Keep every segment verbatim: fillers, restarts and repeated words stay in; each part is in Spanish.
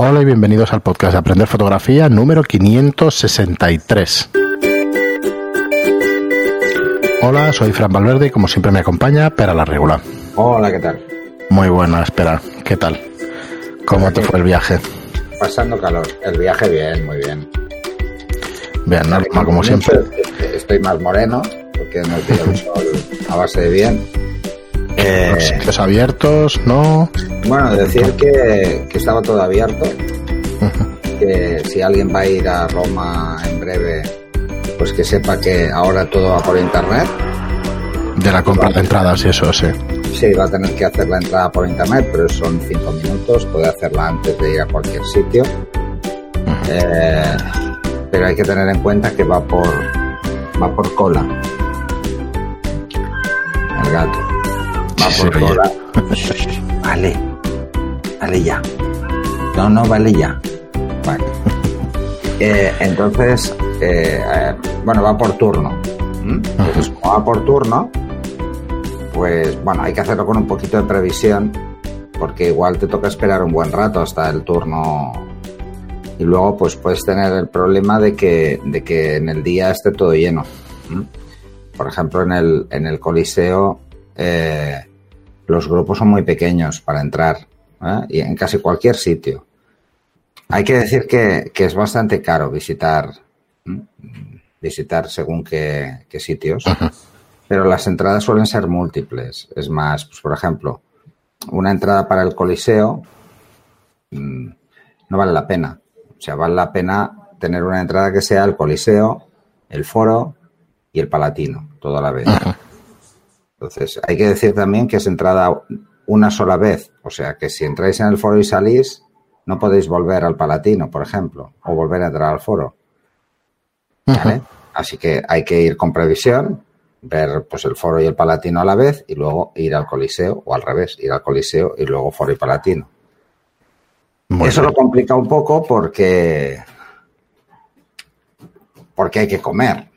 Hola y bienvenidos al podcast de Aprender Fotografía número quinientos sesenta y tres. Hola, soy Fran Valverde y como siempre me acompaña Pera la Regula. Hola, ¿qué tal? Muy buena, Espera, ¿qué tal? ¿Cómo te fue el viaje? Pasando calor. El viaje bien, muy bien. Bien, normal como siempre. Estoy más moreno porque no pilla el sol a base de bien. Eh, Los sitios abiertos, ¿no? Bueno, decir que, que estaba todo abierto. Uh-huh. Que si alguien va a ir a Roma en breve, pues que sepa que ahora todo va por internet. De la compra de entradas y eso, sí. Sí, va a tener que hacer la entrada por internet, pero son cinco minutos. Puede hacerla antes de ir a cualquier sitio. Uh-huh. Eh, pero hay que tener en cuenta que va por va por cola. El gato. Va por sí, cola. Vale. Vale ya. No, no, vale ya. Vale. Eh, entonces, eh, eh, bueno, va por turno. ¿Mm? Entonces, como va por turno, pues bueno, hay que hacerlo con un poquito de previsión, porque igual te toca esperar un buen rato hasta el turno y luego pues puedes tener el problema de que, de que en el día esté todo lleno. ¿Mm? Por ejemplo, en el, en el Coliseo eh, los grupos son muy pequeños para entrar, ¿eh? Y en casi cualquier sitio. Hay que decir que, que es bastante caro visitar, ¿eh? visitar según qué, qué sitios. Uh-huh. Pero las entradas suelen ser múltiples. Es más, pues por ejemplo, una entrada para el Coliseo mmm, no vale la pena. O sea, vale la pena tener una entrada que sea el Coliseo, el Foro y el Palatino, todo a la vez. Entonces, hay que decir también que es entrada una sola vez. O sea, que si entráis en el Foro y salís, no podéis volver al Palatino, por ejemplo, o volver a entrar al Foro. ¿Vale? Así que hay que ir con previsión, ver pues el Foro y el Palatino a la vez y luego ir al Coliseo, o al revés, ir al Coliseo y luego Foro y Palatino. Muy Eso bien. Lo complica un poco porque porque hay que comer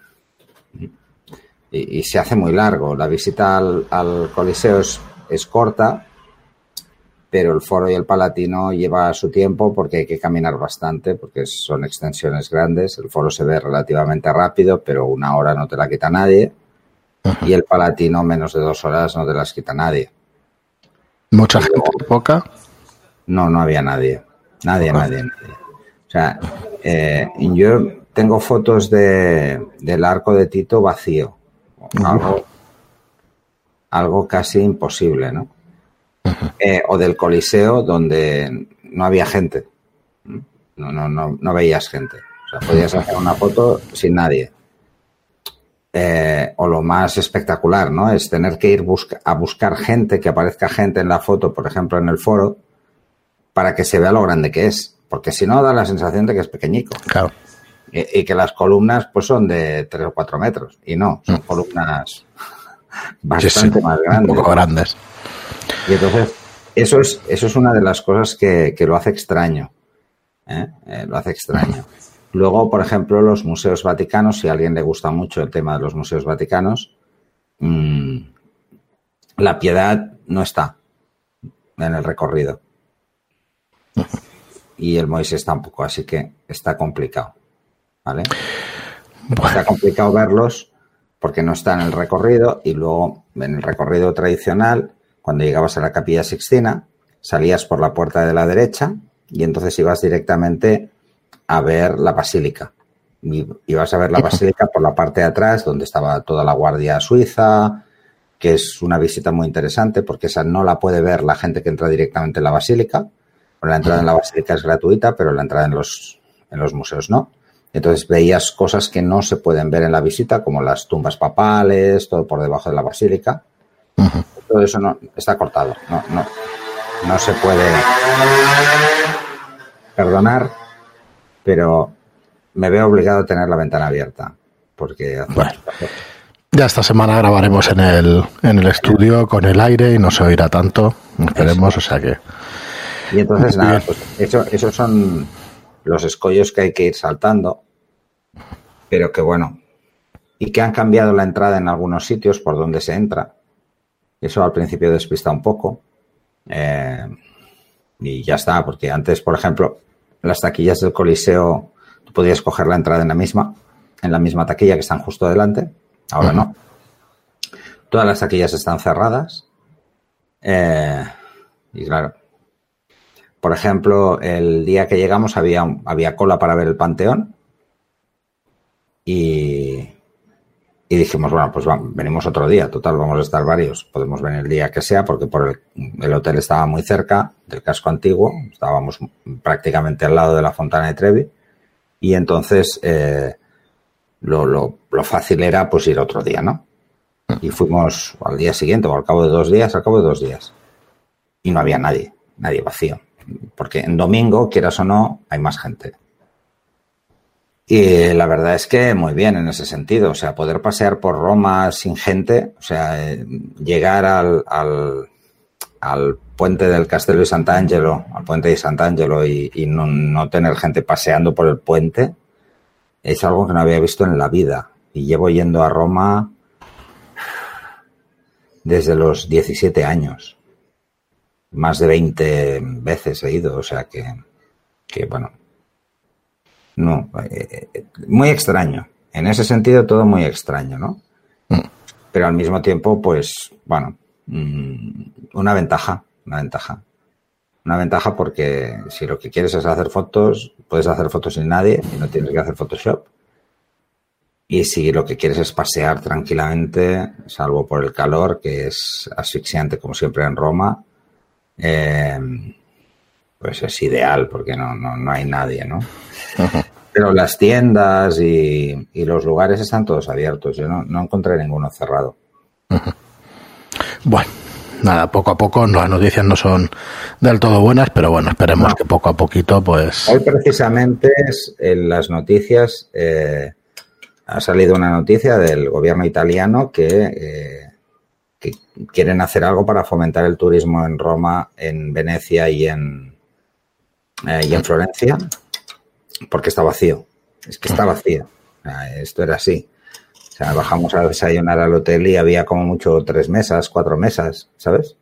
y, y se hace muy largo. La visita al, al Coliseo es, es corta, pero el Foro y el Palatino lleva su tiempo porque hay que caminar bastante, porque son extensiones grandes. El Foro se ve relativamente rápido, pero una hora no te la quita nadie. Uh-huh. Y el Palatino menos de dos horas no te las quita nadie. ¿Mucha y gente? Luego, ¿poca? No, no había nadie. Nadie, uh-huh. nadie, nadie. O sea, eh, yo tengo fotos de, del Arco de Tito vacío. Uh-huh. Algo, algo casi imposible, ¿no? Uh-huh. Eh, o del Coliseo, donde no había gente. No, no, no, no veías gente. O sea, podías hacer una foto sin nadie. Eh, o lo más espectacular, ¿no? Es tener que ir busca- a buscar gente, que aparezca gente en la foto, por ejemplo, en el Foro, para que se vea lo grande que es. Porque si no, da la sensación de que es pequeñico. Claro. Y, y que las columnas, pues, son de tres o cuatro metros. Y no, son mm. columnas bastante sí, sí. más grandes. Un poco grandes. Y entonces, eso es, eso es una de las cosas que, que lo hace extraño. ¿eh? Eh, lo hace extraño. Luego, por ejemplo, los museos vaticanos, si a alguien le gusta mucho el tema de los museos vaticanos, mmm, la Piedad no está en el recorrido. Y el Moisés tampoco, así que está complicado. ¿Vale? Bueno. Está complicado verlos porque no está en el recorrido y luego en el recorrido tradicional, cuando llegabas a la Capilla Sixtina, salías por la puerta de la derecha y entonces ibas directamente a ver la basílica. Y ibas a ver la basílica por la parte de atrás, donde estaba toda la Guardia Suiza, que es una visita muy interesante, porque esa no la puede ver la gente que entra directamente en la basílica. La entrada en la basílica es gratuita, pero la entrada en los, en los museos no. Entonces veías cosas que no se pueden ver en la visita, como las tumbas papales, todo por debajo de la basílica. Uh-huh. Todo eso no está cortado. No, no, no se puede perdonar, pero me veo obligado a tener la ventana abierta porque bueno, ya esta semana grabaremos en el en el estudio con el aire y no se oirá tanto, esperemos, o sea que y entonces nada, pues eso, esos son los escollos que hay que ir saltando, pero que bueno, y que han cambiado la entrada en algunos sitios por donde se entra. Eso al principio despista un poco. Eh, y ya está, porque antes, por ejemplo, las taquillas del Coliseo, tú podías coger la entrada en la misma, en la misma taquilla que están justo delante, ahora uh-huh. no. Todas las taquillas están cerradas. Eh, y claro, por ejemplo, el día que llegamos había, había cola para ver el Panteón y, y dijimos, bueno, pues vamos, venimos otro día, total, vamos a estar varios, podemos venir el día que sea porque por el, el hotel estaba muy cerca del casco antiguo, estábamos prácticamente al lado de la Fontana de Trevi y entonces eh, lo, lo, lo fácil era pues ir otro día, ¿no? Y fuimos al día siguiente o al cabo de dos días, al cabo de dos días y no había nadie, nadie vacío. Porque en domingo, quieras o no, hay más gente. Y la verdad es que muy bien en ese sentido. O sea, poder pasear por Roma sin gente, o sea, eh, llegar al, al, al puente del Castello di Sant'Angelo, al puente de Sant'Angelo y, y no, no tener gente paseando por el puente, es algo que no había visto en la vida. Y llevo yendo a Roma desde los diecisiete años. Más de veinte veces he ido, o sea que, que bueno, no, eh, muy extraño. En ese sentido, todo muy extraño, ¿no? Mm. Pero al mismo tiempo, pues, bueno, una ventaja, una ventaja. Una ventaja porque si lo que quieres es hacer fotos, puedes hacer fotos sin nadie y no tienes que hacer Photoshop. Y si lo que quieres es pasear tranquilamente, salvo por el calor, que es asfixiante como siempre en Roma, Eh, pues es ideal porque no, no, no hay nadie, ¿no? Uh-huh. Pero las tiendas y, y los lugares están todos abiertos. Yo no, no encontré ninguno cerrado. Uh-huh. Bueno, nada, poco a poco las noticias no son del todo buenas, pero bueno, esperemos no. que poco a poquito pues... Hoy precisamente es, en las noticias eh, ha salido una noticia del gobierno italiano que... Eh, que quieren hacer algo para fomentar el turismo en Roma, en Venecia y en, eh, y en Florencia, porque está vacío. Es que está vacío. Esto era así. O sea, bajamos a desayunar al hotel y había como mucho tres mesas, cuatro mesas, ¿sabes?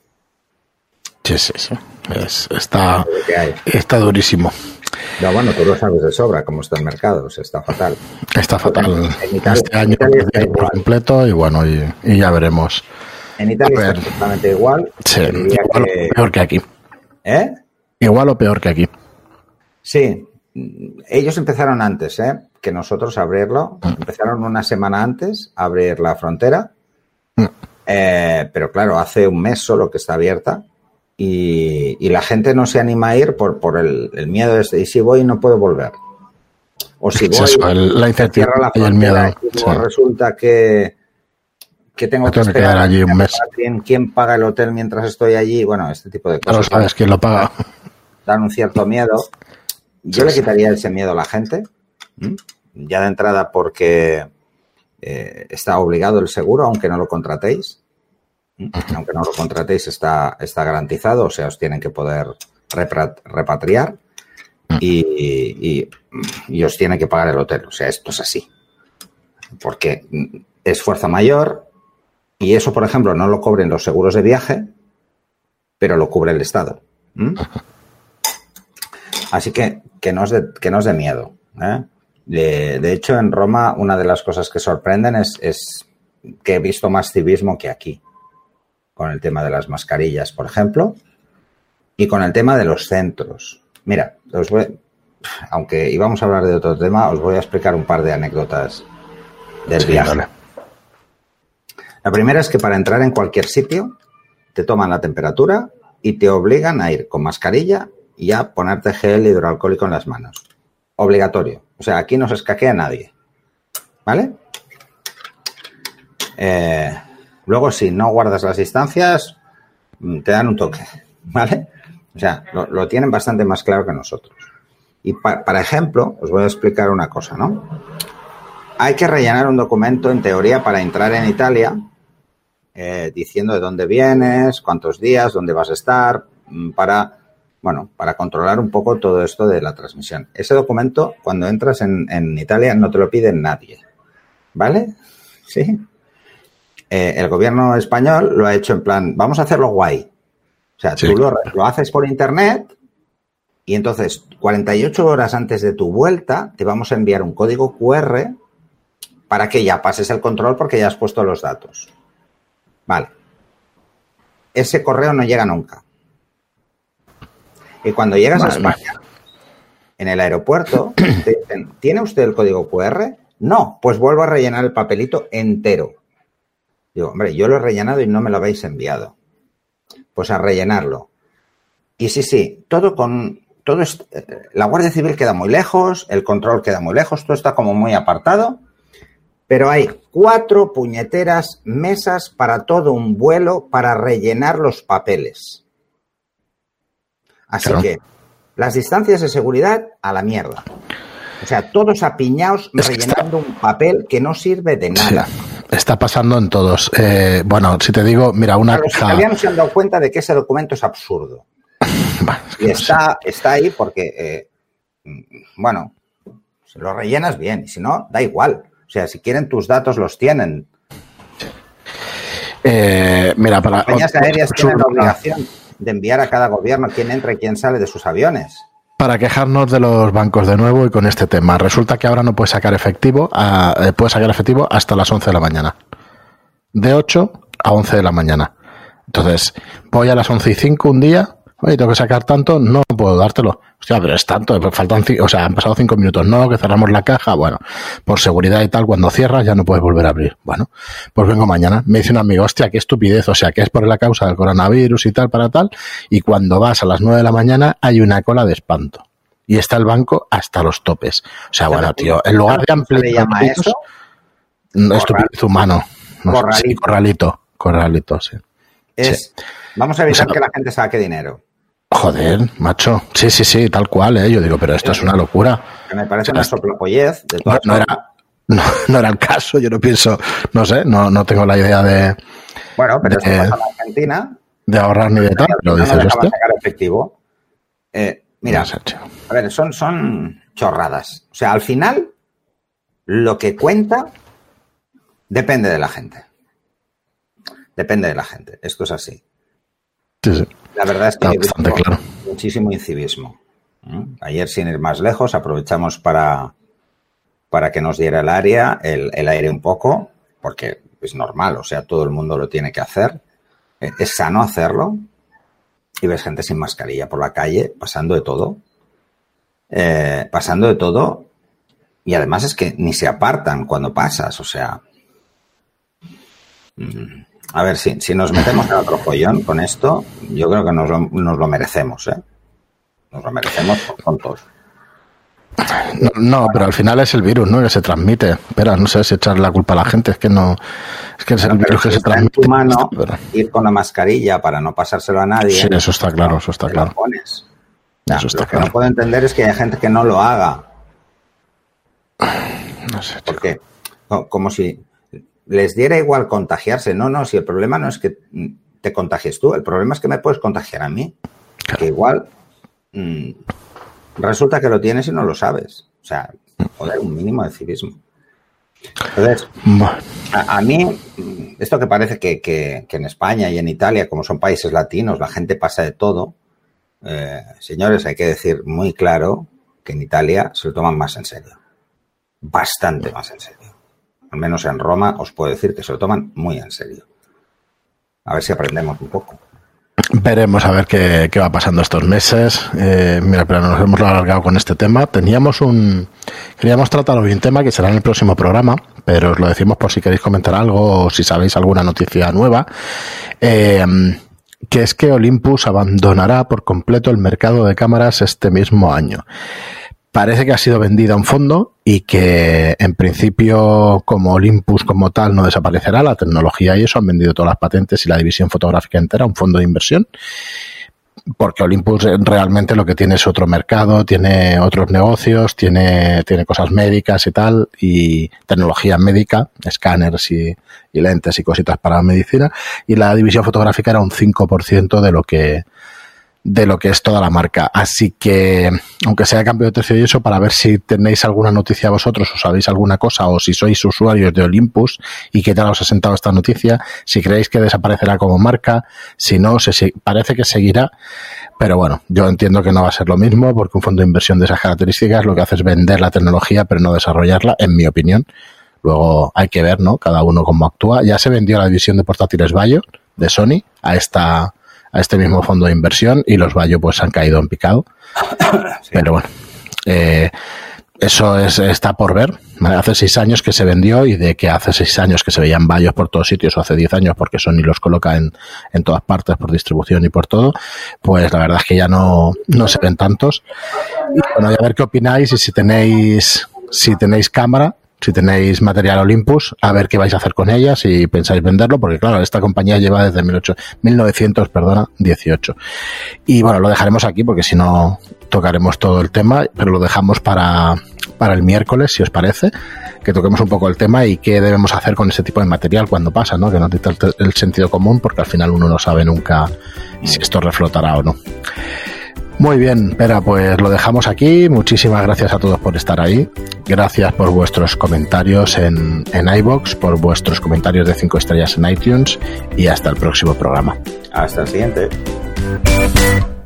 Sí, sí, sí. Es, está, está durísimo. No, bueno, tú lo sabes de sobra cómo está el mercado, o sea, está fatal. Está fatal. En Italia, este año está por completo y bueno, y, y ya veremos. En Italia está exactamente igual. Sí, igual que... o peor que aquí. ¿Eh? Igual o peor que aquí. Sí, ellos empezaron antes, ¿eh? Que nosotros a abrirlo. Mm. Empezaron una semana antes a abrir la frontera. Mm. Eh, pero claro, hace un mes solo que está abierta. Y, y la gente no se anima a ir por, por el, el miedo de, y si voy no puedo volver. O si voy, eso, el, la incertidumbre y el miedo. Y sí. Resulta que, que tengo que, que esperar allí un mes. ¿Quién, ¿Quién paga el hotel mientras estoy allí? Bueno, este tipo de cosas. Claro, sabes quién lo paga. Dan un cierto miedo. Yo sí, le quitaría ese miedo a la gente. ¿Mm? Ya de entrada porque eh, está obligado el seguro, aunque no lo contratéis. Aunque no lo contratéis, está, está garantizado, o sea, os tienen que poder repatriar y, y, y os tienen que pagar el hotel. O sea, esto es así. Porque es fuerza mayor y eso, por ejemplo, no lo cubren los seguros de viaje, pero lo cubre el Estado. ¿Mm? Así que que no os de, que no os dé miedo. ¿eh? De, de hecho, en Roma, una de las cosas que sorprenden es, es que he visto más civismo que aquí. Con el tema de las mascarillas, por ejemplo, y con el tema de los centros. Mira, os voy, aunque íbamos a hablar de otro tema, os voy a explicar un par de anécdotas del sí, viaje. Vale. La primera es que para entrar en cualquier sitio te toman la temperatura y te obligan a ir con mascarilla y a ponerte gel hidroalcohólico en las manos. Obligatorio. O sea, aquí no se escaquea nadie. ¿Vale? Eh... Luego, si no guardas las distancias, te dan un toque, ¿vale? O sea, lo, lo tienen bastante más claro que nosotros. Y pa, para ejemplo, os voy a explicar una cosa, ¿no? Hay que rellenar un documento, en teoría, para entrar en Italia, eh, diciendo de dónde vienes, cuántos días, dónde vas a estar, para, bueno, para controlar un poco todo esto de la transmisión. Ese documento, cuando entras en, en Italia, no te lo pide nadie, ¿vale? Sí. Eh, el gobierno español lo ha hecho en plan, vamos a hacerlo guay. O sea, sí, tú lo, lo haces por internet y entonces cuarenta y ocho horas antes de tu vuelta te vamos a enviar un código cu erre para que ya pases el control porque ya has puesto los datos. Vale. Ese correo no llega nunca. Y cuando llegas vale. a España, en el aeropuerto, te dicen, ¿tiene usted el código cu erre? No, pues vuelvo a rellenar el papelito entero. Digo, hombre, yo lo he rellenado y no me lo habéis enviado. Pues a rellenarlo. Y sí, sí, todo con... todo es, la Guardia Civil queda muy lejos, el control queda muy lejos, todo está como muy apartado, pero hay cuatro puñeteras mesas para todo un vuelo para rellenar los papeles. Así claro. que las distancias de seguridad a la mierda. O sea, todos apiñados es rellenando está... un papel que no sirve de nada. Sí. Está pasando en todos. Eh, bueno, si te digo, mira, una Los cosa... italianos se han dado cuenta de que ese documento es absurdo. Bueno, es que y no está, sé. está ahí porque, eh, bueno, si lo rellenas bien, y si no, da igual. O sea, si quieren tus datos, los tienen. Eh, mira, para... Las compañías aéreas tienen la obligación de enviar a cada gobierno quién entra y quién sale de sus aviones. Para quejarnos de los bancos de nuevo y con este tema. Resulta que ahora no puedes sacar efectivo, a, eh, puedes sacar efectivo hasta las once de la mañana. De ocho a once de la mañana. Entonces, voy a las once y cinco un día, oye, tengo que sacar tanto, no puedo dártelo. Hostia, pero es tanto, faltan, o sea, han pasado cinco minutos, no, que cerramos la caja, bueno, por seguridad y tal, cuando cierras ya no puedes volver a abrir. Bueno, pues vengo mañana. Me dice un amigo, hostia, qué estupidez, o sea, que es por la causa del coronavirus y tal, para tal, y cuando vas a las nueve de la mañana hay una cola de espanto. Y está el banco hasta los topes. O sea, bueno, tío, en lugar de ampliar... ¿Se le llama eso? Estupidez humano. No, corralito. Sí, corralito, corralito, sí. Es, sí. Vamos a evitar o sea, que la gente saque dinero. Joder, macho. Sí, sí, sí, tal cual, ¿eh? Yo digo, pero esto es una locura. Que me parece o sea, una soplapollez. De no, no, era, no, no era el caso, yo no pienso, no sé, no, no tengo la idea de... Bueno, pero de, esto pasa en Argentina. De ahorrar ni de tal, pero dices no esto. sacar efectivo. Eh, mira, no sé, a ver, son, son chorradas. O sea, al final, lo que cuenta depende de la gente. Depende de la gente. Esto es así. Sí, sí. La verdad es que Está he visto bastante claro. muchísimo incivismo. Ayer, sin ir más lejos, aprovechamos para, para que nos diera el área, el, el aire un poco, porque es normal, o sea, todo el mundo lo tiene que hacer. Es sano hacerlo. Y ves gente sin mascarilla por la calle, pasando de todo. Eh, pasando de todo. Y además es que ni se apartan cuando pasas, o sea... Mmm, A ver, si, si nos metemos en otro follón con esto, yo creo que nos lo, nos lo merecemos, ¿eh? Nos lo merecemos por tontos. No, no, pero al final es el virus, ¿no? Que se transmite. Espera, no sé si echarle la culpa a la gente, es que no... Es que es el virus que se transmite. En tu mano, pero... ir con la mascarilla para no pasárselo a nadie. Sí, eso está claro, eso está claro. Pones. Ya, eso está lo que claro. no puedo entender es que haya gente que no lo haga. No sé, ¿por qué? Como si... les diera igual contagiarse. No, no, si el problema no es que te contagies tú, el problema es que me puedes contagiar a mí. Claro. Que igual mmm, resulta que lo tienes y no lo sabes. O sea, joder, un mínimo de civismo. Entonces, bueno. a, a mí, esto que parece que, que, que en España y en Italia, como son países latinos, la gente pasa de todo, eh, señores, hay que decir muy claro que en Italia se lo toman más en serio. Bastante más en serio. Al menos en Roma os puedo decir que se lo toman muy en serio. A ver si aprendemos un poco. Veremos a ver qué, qué va pasando estos meses. Eh, mira, pero nos hemos alargado con este tema. Teníamos un... Queríamos tratar hoy un tema que será en el próximo programa, pero os lo decimos por si queréis comentar algo o si sabéis alguna noticia nueva. Eh, que es que Olympus abandonará por completo el mercado de cámaras este mismo año. Parece que ha sido vendida a un fondo y que en principio como Olympus como tal no desaparecerá, la tecnología y eso, han vendido todas las patentes y la división fotográfica entera a un fondo de inversión, porque Olympus realmente lo que tiene es otro mercado, tiene otros negocios, tiene, tiene cosas médicas y tal, y tecnología médica, escáneres y, y lentes y cositas para la medicina, y la división fotográfica era un cinco por ciento de lo que de lo que es toda la marca. Así que, aunque sea cambio de tercio y eso, para ver si tenéis alguna noticia vosotros o sabéis alguna cosa, o si sois usuarios de Olympus y qué tal os ha sentado esta noticia, si creéis que desaparecerá como marca, si no, se, si, parece que seguirá, pero bueno, yo entiendo que no va a ser lo mismo, porque un fondo de inversión de esas características lo que hace es vender la tecnología, pero no desarrollarla, en mi opinión. Luego hay que ver, ¿no? Cada uno cómo actúa. Ya se vendió la división de portátiles Vaio de Sony a esta a este mismo fondo de inversión y los Vaio pues han caído en picado. Sí. Pero bueno, eh, eso es, está por ver. ¿Vale? Hace seis años que se vendió, y de que hace seis años que se veían Vaios por todos sitios, o hace diez años porque Sony los coloca en, en todas partes por distribución y por todo, pues la verdad es que ya no, no se ven tantos. Y bueno, a ver qué opináis, y si tenéis, si tenéis cámara, si tenéis material Olympus, a ver qué vais a hacer con ella, si pensáis venderlo, porque claro, esta compañía lleva desde mil novecientos, perdona, dieciocho. Y bueno, lo dejaremos aquí porque si no tocaremos todo el tema, pero lo dejamos para, para el miércoles, si os parece, que toquemos un poco el tema y qué debemos hacer con ese tipo de material cuando pasa, ¿no? Que no te el, el sentido común, porque al final uno no sabe nunca si esto reflotará o no. Muy bien, Pera, pues lo dejamos aquí. Muchísimas gracias a todos por estar ahí. Gracias por vuestros comentarios en, en iVoox, por vuestros comentarios de cinco estrellas en iTunes, y hasta el próximo programa. Hasta el siguiente.